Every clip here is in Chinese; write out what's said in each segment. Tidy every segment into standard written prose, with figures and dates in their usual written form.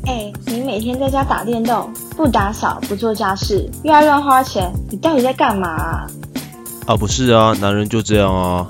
你每天在家打电动，不打扫，不做家事，又爱乱花钱，你到底在干嘛啊？ 不是啊，男人就这样啊。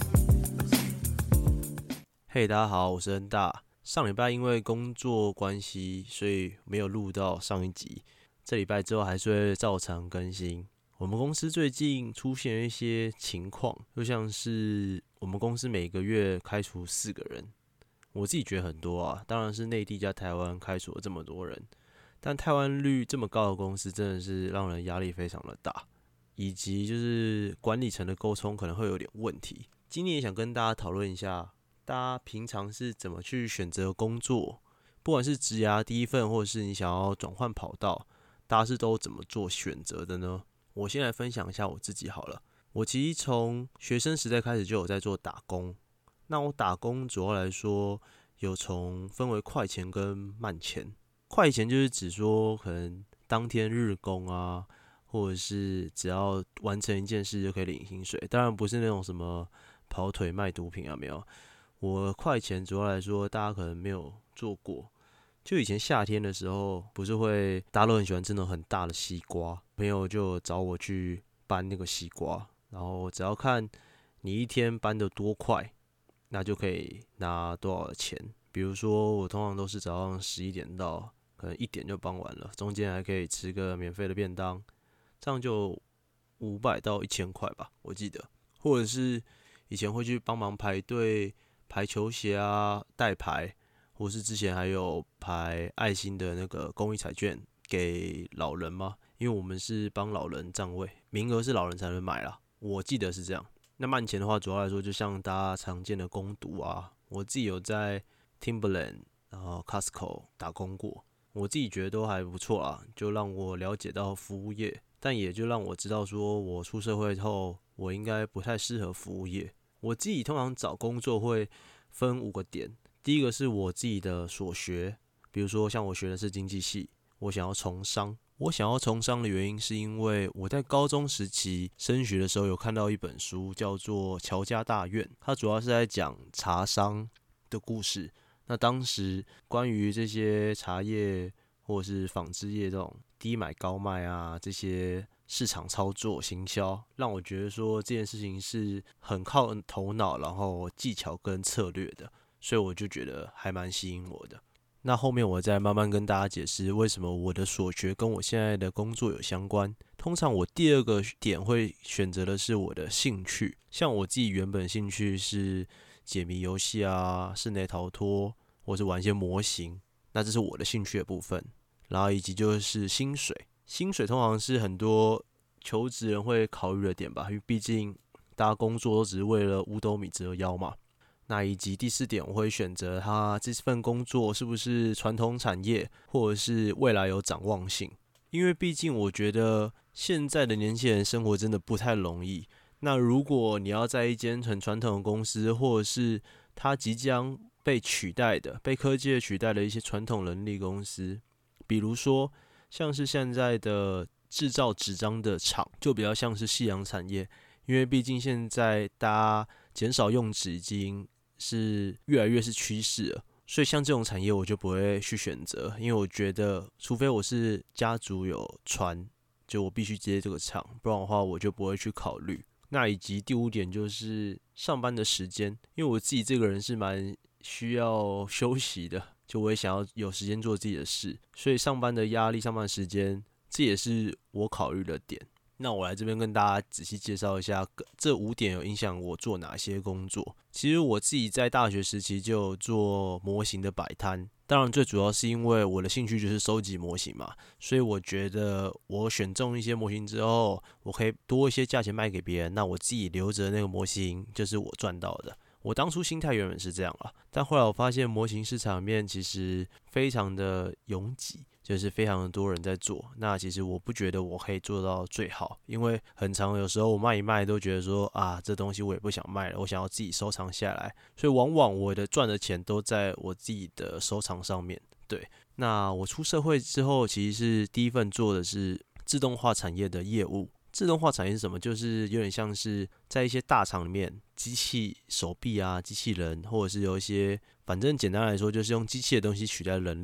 嘿，大家好，我是恩大。上礼拜因为工作关系，所以没有录到上一集。这礼拜之后还是会照常更新。我们公司最近出现一些情况，就像是我们公司每个月开除4个人，我自己觉得很多啊，当然是内地加台湾开除了这么多人，但台湾率这么高的公司真的是让人压力非常的大，以及就是管理层的沟通可能会有点问题。今天也想跟大家讨论一下，大家平常是怎么去选择工作，不管是职涯第一份，或者是你想要转换跑道，大家是都怎么做选择的呢？我先来分享一下我自己好了。我其实从学生时代开始就有在做打工，那我打工主要来说有分为快钱跟慢钱。快钱就是指说可能当天日工啊，或者是只要完成一件事就可以领薪水，当然不是那种什么跑腿卖毒品啊，没有。我快钱主要来说，大家可能没有做过。就以前夏天的时候，不是会大家都很喜欢吃那种很大的西瓜，朋友就找我去搬那个西瓜，然后只要看你一天搬得多快，那就可以拿多少钱。比如说我通常都是早上11点到，可能1点就搬完了，中间还可以吃个免费的便当，这样就500到1000块吧，我记得。或者是以前会去帮忙排队排球鞋啊，代排，或是之前还有排爱心的那个公益彩券给老人嘛，因为我们是帮老人占位，名额是老人才能买啦，我记得是这样。那慢钱的话，主要来说就像大家常见的工读啊，我自己有在 Timberland 然后 Costco 打工过，我自己觉得都还不错啦，就让我了解到服务业，但也就让我知道说我出社会后，我应该不太适合服务业。我自己通常找工作会分5个点，第一个是我自己的所学，比如说像我学的是经济系，我想要从商。我想要从商的原因是因为我在高中时期升学的时候有看到一本书叫做《乔家大院》，它主要是在讲茶商的故事。那当时关于这些茶叶或者是纺织业这种低买高卖啊，这些市场操作行销，让我觉得说这件事情是很靠头脑，然后技巧跟策略的，所以我就觉得还蛮吸引我的。那后面我再慢慢跟大家解释为什么我的所学跟我现在的工作有相关。通常我第2个点会选择的是我的兴趣，像我自己原本兴趣是解谜游戏啊、室内逃脱，或是玩一些模型，那这是我的兴趣的部分。然后以及就是薪水，薪水通常是很多求职人会考虑的点吧，因为毕竟大家工作都只是为了五斗米折腰嘛。那以及第4点，我会选择他这份工作是不是传统产业，或者是未来有展望性。因为毕竟我觉得现在的年轻人生活真的不太容易。那如果你要在一间很传统的公司，或者是它即将被取代的、被科技取代的一些传统人力公司，比如说像是现在的制造纸张的厂，就比较像是夕阳产业。因为毕竟现在大家减少用纸已经是越来越是趋势了，所以像这种产业我就不会去选择，因为我觉得除非我是家族有传，就我必须接这个厂，不然的话我就不会去考虑。那以及第5点就是上班的时间，因为我自己这个人是蛮需要休息的，就我也想要有时间做自己的事，所以上班的压力、上班的时间，这也是我考虑的点。那我来这边跟大家仔细介绍一下这5点有影响我做哪些工作。其实我自己在大学时期就有做模型的摆摊，当然最主要是因为我的兴趣就是收集模型嘛，所以我觉得我选中一些模型之后，我可以多一些价钱卖给别人，那我自己留着那个模型就是我赚到的。我当初心态原本是这样啦，但后来我发现模型市场里面其实非常的拥挤，就是非常的多人在做。那其实我不觉得我可以做到最好，因为很常有时候我卖一卖都觉得说啊，这东西我也不想卖了，我想要自己收藏下来，所以往往我的赚的钱都在我自己的收藏上面。对，那我出社会之后，其实是第一份做的是自动化产业的业务。自动化产业是什么？就是有点像是在一些大厂里面，机器手臂啊、机器人，或者是有一些，反正简单来说，就是用机器的东西取代人力。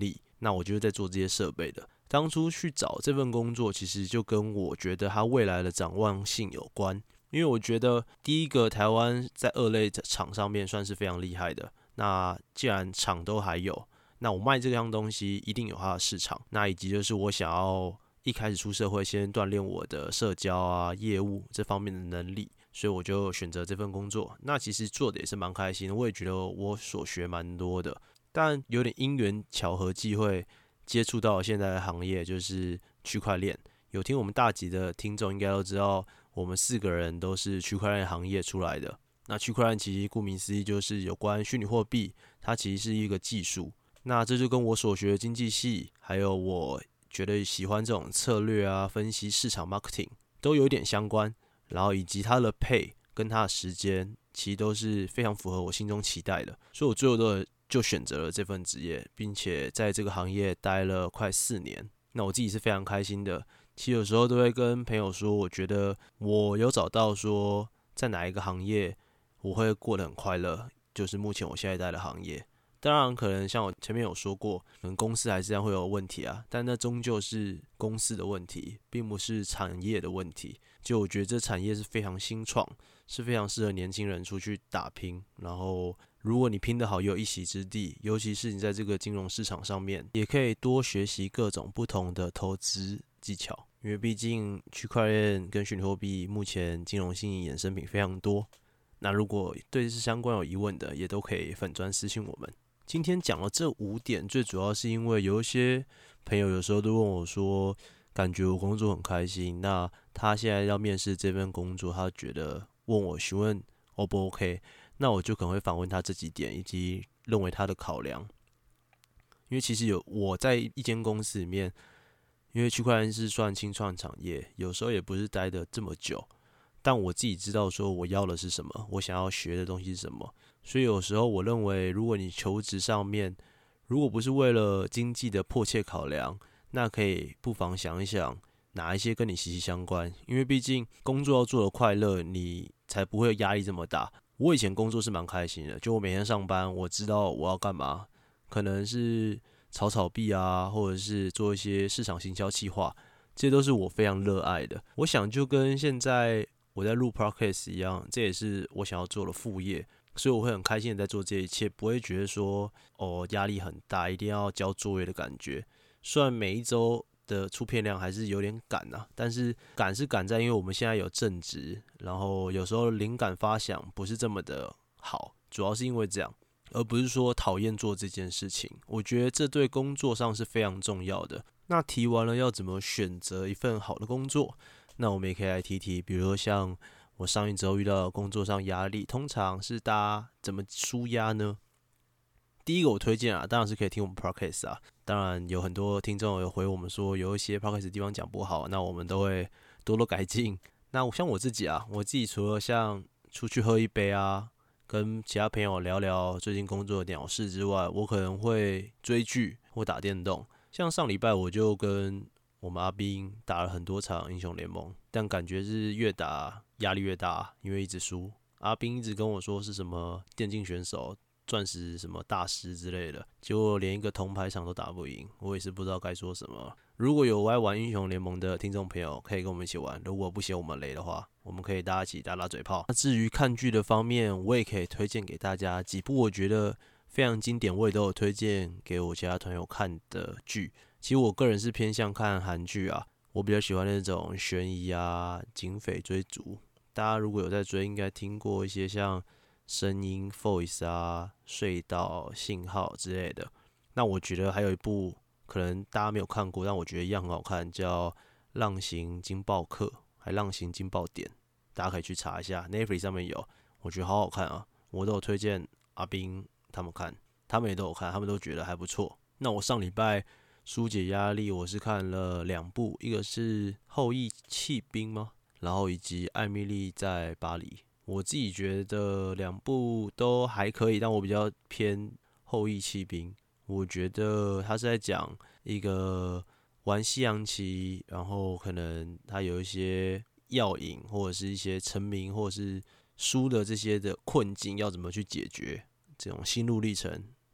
那我就是在做这些设备的。当初去找这份工作，其实就跟我觉得它未来的展望性有关。因为我觉得第一个，台湾在二类厂上面算是非常厉害的。那既然厂都还有，那我卖这样东西一定有它的市场。那以及就是我想要一开始出社会，先锻炼我的社交啊、业务这方面的能力，所以我就选择这份工作。那其实做的也是蛮开心的，我也觉得我所学蛮多的，但有点因缘巧合际会接触到现在的行业，就是区块链。有听我们大集的听众应该都知道，我们4个人都是区块链行业出来的。那区块链其实顾名思义就是有关虚拟货币，它其实是一个技术。那这就跟我所学的经济系，还有我觉得喜欢这种策略啊、分析市场 marketing 都有点相关。然后以及它的pay跟它的时间，其实都是非常符合我心中期待的。所以我最后就选择了这份职业，并且在这个行业待了快4年。那我自己是非常开心的。其实有时候都会跟朋友说，我觉得我有找到说在哪一个行业我会过得很快乐，就是目前我现在待的行业。当然，可能像我前面有说过，可能公司还是这样会有问题啊，但那终究是公司的问题，并不是产业的问题。就我觉得这产业是非常新创，是非常适合年轻人出去打拼。然后，如果你拼得好，也有一席之地，尤其是你在这个金融市场上面，也可以多学习各种不同的投资技巧。因为毕竟区块链跟虚拟货币目前金融性衍生品非常多。那如果对这相关有疑问的，也都可以粉专私讯我们。今天讲了这5点，最主要是因为有一些朋友有时候都问我说，感觉我工作很开心，那他现在要面试这份工作，他觉得问我询问 O 不 OK， 那我就可能会反问他这几点，以及认为他的考量。因为其实我在一间公司里面，因为区块链是算新创产业，有时候也不是待得这么久，但我自己知道说我要的是什么，我想要学的东西是什么。所以有时候我认为，如果你求职上面，如果不是为了经济的迫切考量，那可以不妨想一想哪一些跟你息息相关。因为毕竟工作要做得快乐，你才不会压力这么大。我以前工作是蛮开心的，就我每天上班，我知道我要干嘛，可能是炒币啊，或者是做一些市场行销企划，这些都是我非常热爱的。我想就跟现在我在录 podcast 一样，这也是我想要做的副业。所以我会很开心的在做这一切，不会觉得说压力很大，一定要交作业的感觉。虽然每一周的出片量还是有点赶啊，但是赶是赶在因为我们现在有正职，然后有时候灵感发想不是这么的好，主要是因为这样，而不是说讨厌做这件事情。我觉得这对工作上是非常重要的。那提完了要怎么选择一份好的工作，那我们也可以来提，比如说像我上一周遇到的工作上压力，通常是大家怎么抒压呢？第一个我推荐啊，当然是可以听我们 podcast 啊。当然有很多听众有回我们说，有一些 podcast 的地方讲不好，那我们都会多多改进。那像我自己啊，我自己除了像出去喝一杯啊，跟其他朋友聊聊最近工作的鸟事之外，我可能会追剧或打电动。像上礼拜我就跟我们阿兵打了很多场英雄联盟，但感觉是越打压力越大，因为一直输。阿兵一直跟我说是什么电竞选手、钻石什么大师之类的，结果连一个铜牌场都打不赢，我也是不知道该说什么。如果有爱玩英雄联盟的听众朋友，可以跟我们一起玩。如果不嫌我们雷的话，我们可以大家一起打打嘴炮。那至于看剧的方面，我也可以推荐给大家几部我觉得非常经典，我也都有推荐给我其他团友看的剧。其实我个人是偏向看韩剧啊，我比较喜欢那种悬疑啊、警匪追逐。大家如果有在追，应该听过一些像声音 Voice 啊、隧道、信号之类的。那我觉得还有一部可能大家没有看过，但我觉得一样很好看，叫《浪行惊爆客》还《浪行惊爆点》，大家可以去查一下 ，Netflix 上面有，我觉得好好看啊，我都有推荐阿兵他们看，他们也都有看，他们都觉得还不错。那我上礼拜疏解压力，我是看了2部，一个是《后羿弃兵》吗？然后以及《艾米丽在巴黎》。我自己觉得2部都还可以，但我比较偏《后羿弃兵》。我觉得他是在讲一个玩西洋棋，然后可能他有一些药瘾，或者是一些成名，或者是输的这些的困境，要怎么去解决这种心路历程。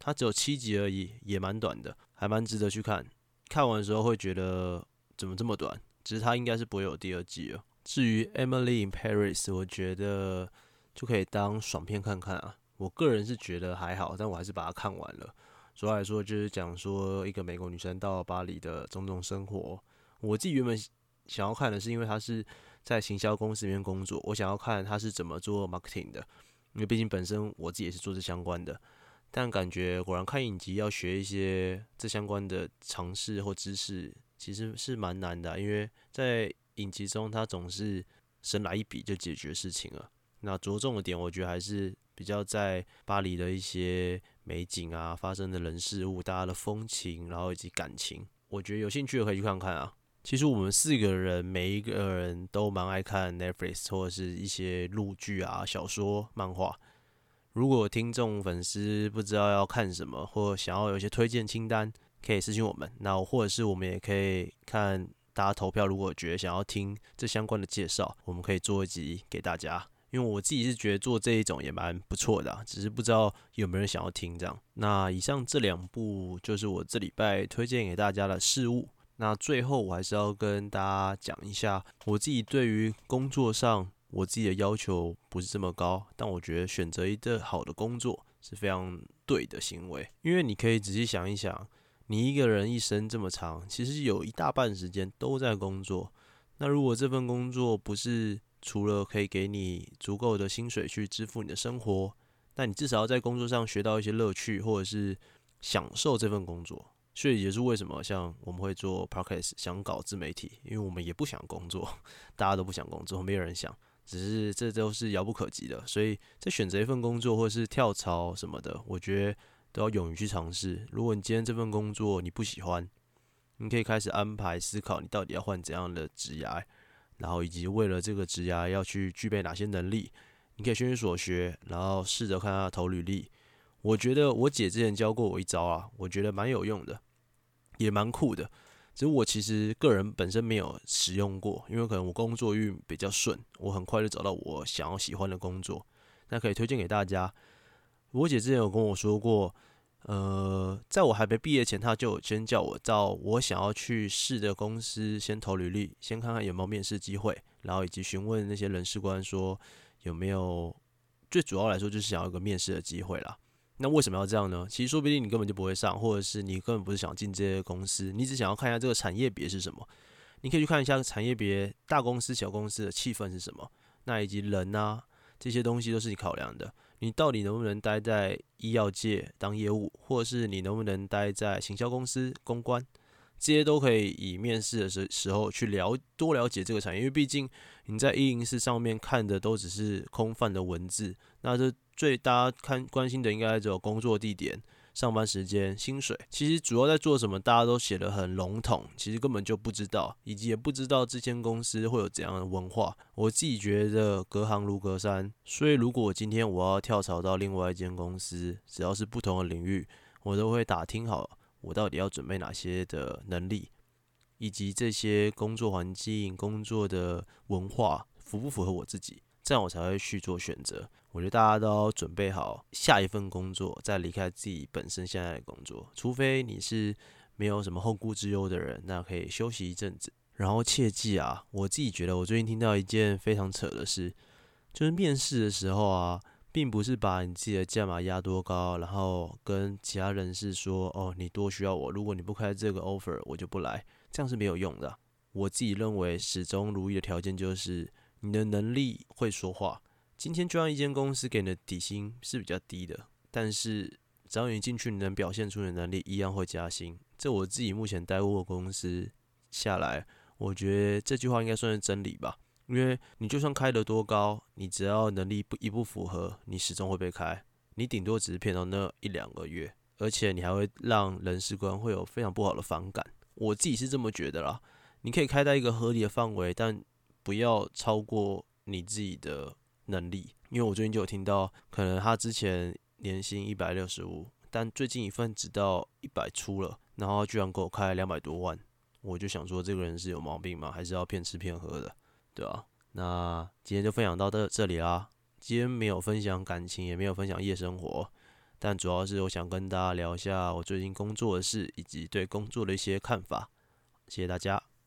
它只有7集而已，也蛮短的，还蛮值得去看。看完的时候会觉得怎么这么短？只是它应该是不会有第二季了。至于 Emily in Paris， 我觉得就可以当爽片看看啊。我个人是觉得还好，但我还是把它看完了。主要来说就是讲说一个美国女生到巴黎的种种生活。我自己原本想要看的是因为她是在行销公司里面工作，我想要看她是怎么做 marketing 的，因为毕竟本身我自己也是做这相关的。但感觉果然看影集要学一些这相关的常识或知识，其实是蛮难的因为在影集中它总是神来一笔就解决事情了。那着重的点，我觉得还是比较在巴黎的一些美景啊，发生的人事物，大家的风情，然后以及感情。我觉得有兴趣的可以去看看啊。其实我们4个人，每一个人都蛮爱看 Netflix 或者是一些陆剧啊、小说、漫画。如果听众粉丝不知道要看什么，或想要有一些推荐清单，可以私信我们。那或者是我们也可以看大家投票，如果觉得想要听这相关的介绍，我们可以做一集给大家。因为我自己是觉得做这一种也蛮不错的只是不知道有没有人想要听这样。那以上这2部就是我这礼拜推荐给大家的事物。那最后我还是要跟大家讲一下，我自己对于工作上我自己的要求不是这么高，但我觉得选择一个好的工作是非常对的行为。因为你可以仔细想一想，你一个人一生这么长，其实有一大半时间都在工作。那如果这份工作不是除了可以给你足够的薪水去支付你的生活，那你至少要在工作上学到一些乐趣，或者是享受这份工作。所以也是为什么像我们会做 podcast 想搞自媒体，因为我们也不想工作，大家都不想工作，没有人想，只是这都是遥不可及的。所以在选择一份工作或者是跳槽什么的，我觉得都要勇于去尝试。如果你今天这份工作你不喜欢，你可以开始安排思考你到底要换怎样的职涯，然后以及为了这个职涯要去具备哪些能力，你可以循所学，然后试着看他投履历。我觉得我姐之前教过我一招啊，我觉得蛮有用的，也蛮酷的。只是我其实个人本身没有使用过，因为可能我工作运比较顺，我很快就找到我想要喜欢的工作。那可以推荐给大家。我姐之前有跟我说过，在我还没毕业前，她就有先叫我到我想要去试的公司先投履历，先看看有没有面试机会，然后以及询问那些人事官说有没有，最主要来说就是想要一个面试的机会啦。那为什么要这样呢？其实说不定你根本就不会上，或者是你根本不是想进这些公司，你只想要看一下这个产业别是什么。你可以去看一下产业别，大公司、小公司的气氛是什么，那以及人啊这些东西都是你考量的。你到底能不能待在医药界当业务，或者是你能不能待在行销公司公关，这些都可以以面试的时候去多了解这个产业，因为毕竟你在104上面看的都只是空泛的文字，那这最大家关心的应该只有工作地点、上班时间、薪水。其实主要在做什么，大家都写得很笼统，其实根本就不知道，以及也不知道这间公司会有怎样的文化。我自己觉得隔行如隔山，所以如果今天我要跳槽到另外一间公司，只要是不同的领域，我都会打听好我到底要准备哪些的能力，以及这些工作环境、工作的文化符不符合我自己，这样我才会去做选择。我觉得大家都要准备好下一份工作，再离开自己本身现在的工作，除非你是没有什么后顾之忧的人，那可以休息一阵子。然后切记啊，我自己觉得我最近听到一件非常扯的事，就是面试的时候啊，并不是把你自己的价码压多高，然后跟其他人士说哦，你多需要我，如果你不开这个 offer， 我就不来，这样是没有用的我自己认为始终如一的条件就是你的能力会说话。今天就算一间公司给你的底薪是比较低的，但是只要你进去，你能表现出你的能力，一样会加薪。这我自己目前待过的公司下来，我觉得这句话应该算是真理吧。因为你就算开得多高，你只要能力一不符合，你始终会被开。你顶多只是骗到那1-2个月，而且你还会让人事官会有非常不好的反感。我自己是这么觉得啦。你可以开在一个合理的范围，但不要超过你自己的能力。因为我最近就有听到，可能他之前年薪165，但最近一份只到100出了，然后他居然给我开200多万，我就想说这个人是有毛病吗？还是要骗吃骗喝的？对啊，那今天就分享到这里啦。今天没有分享感情，也没有分享夜生活， 但主要是我想跟大家聊一下我最近工作的事，以及对工作的一些看法。谢谢大家。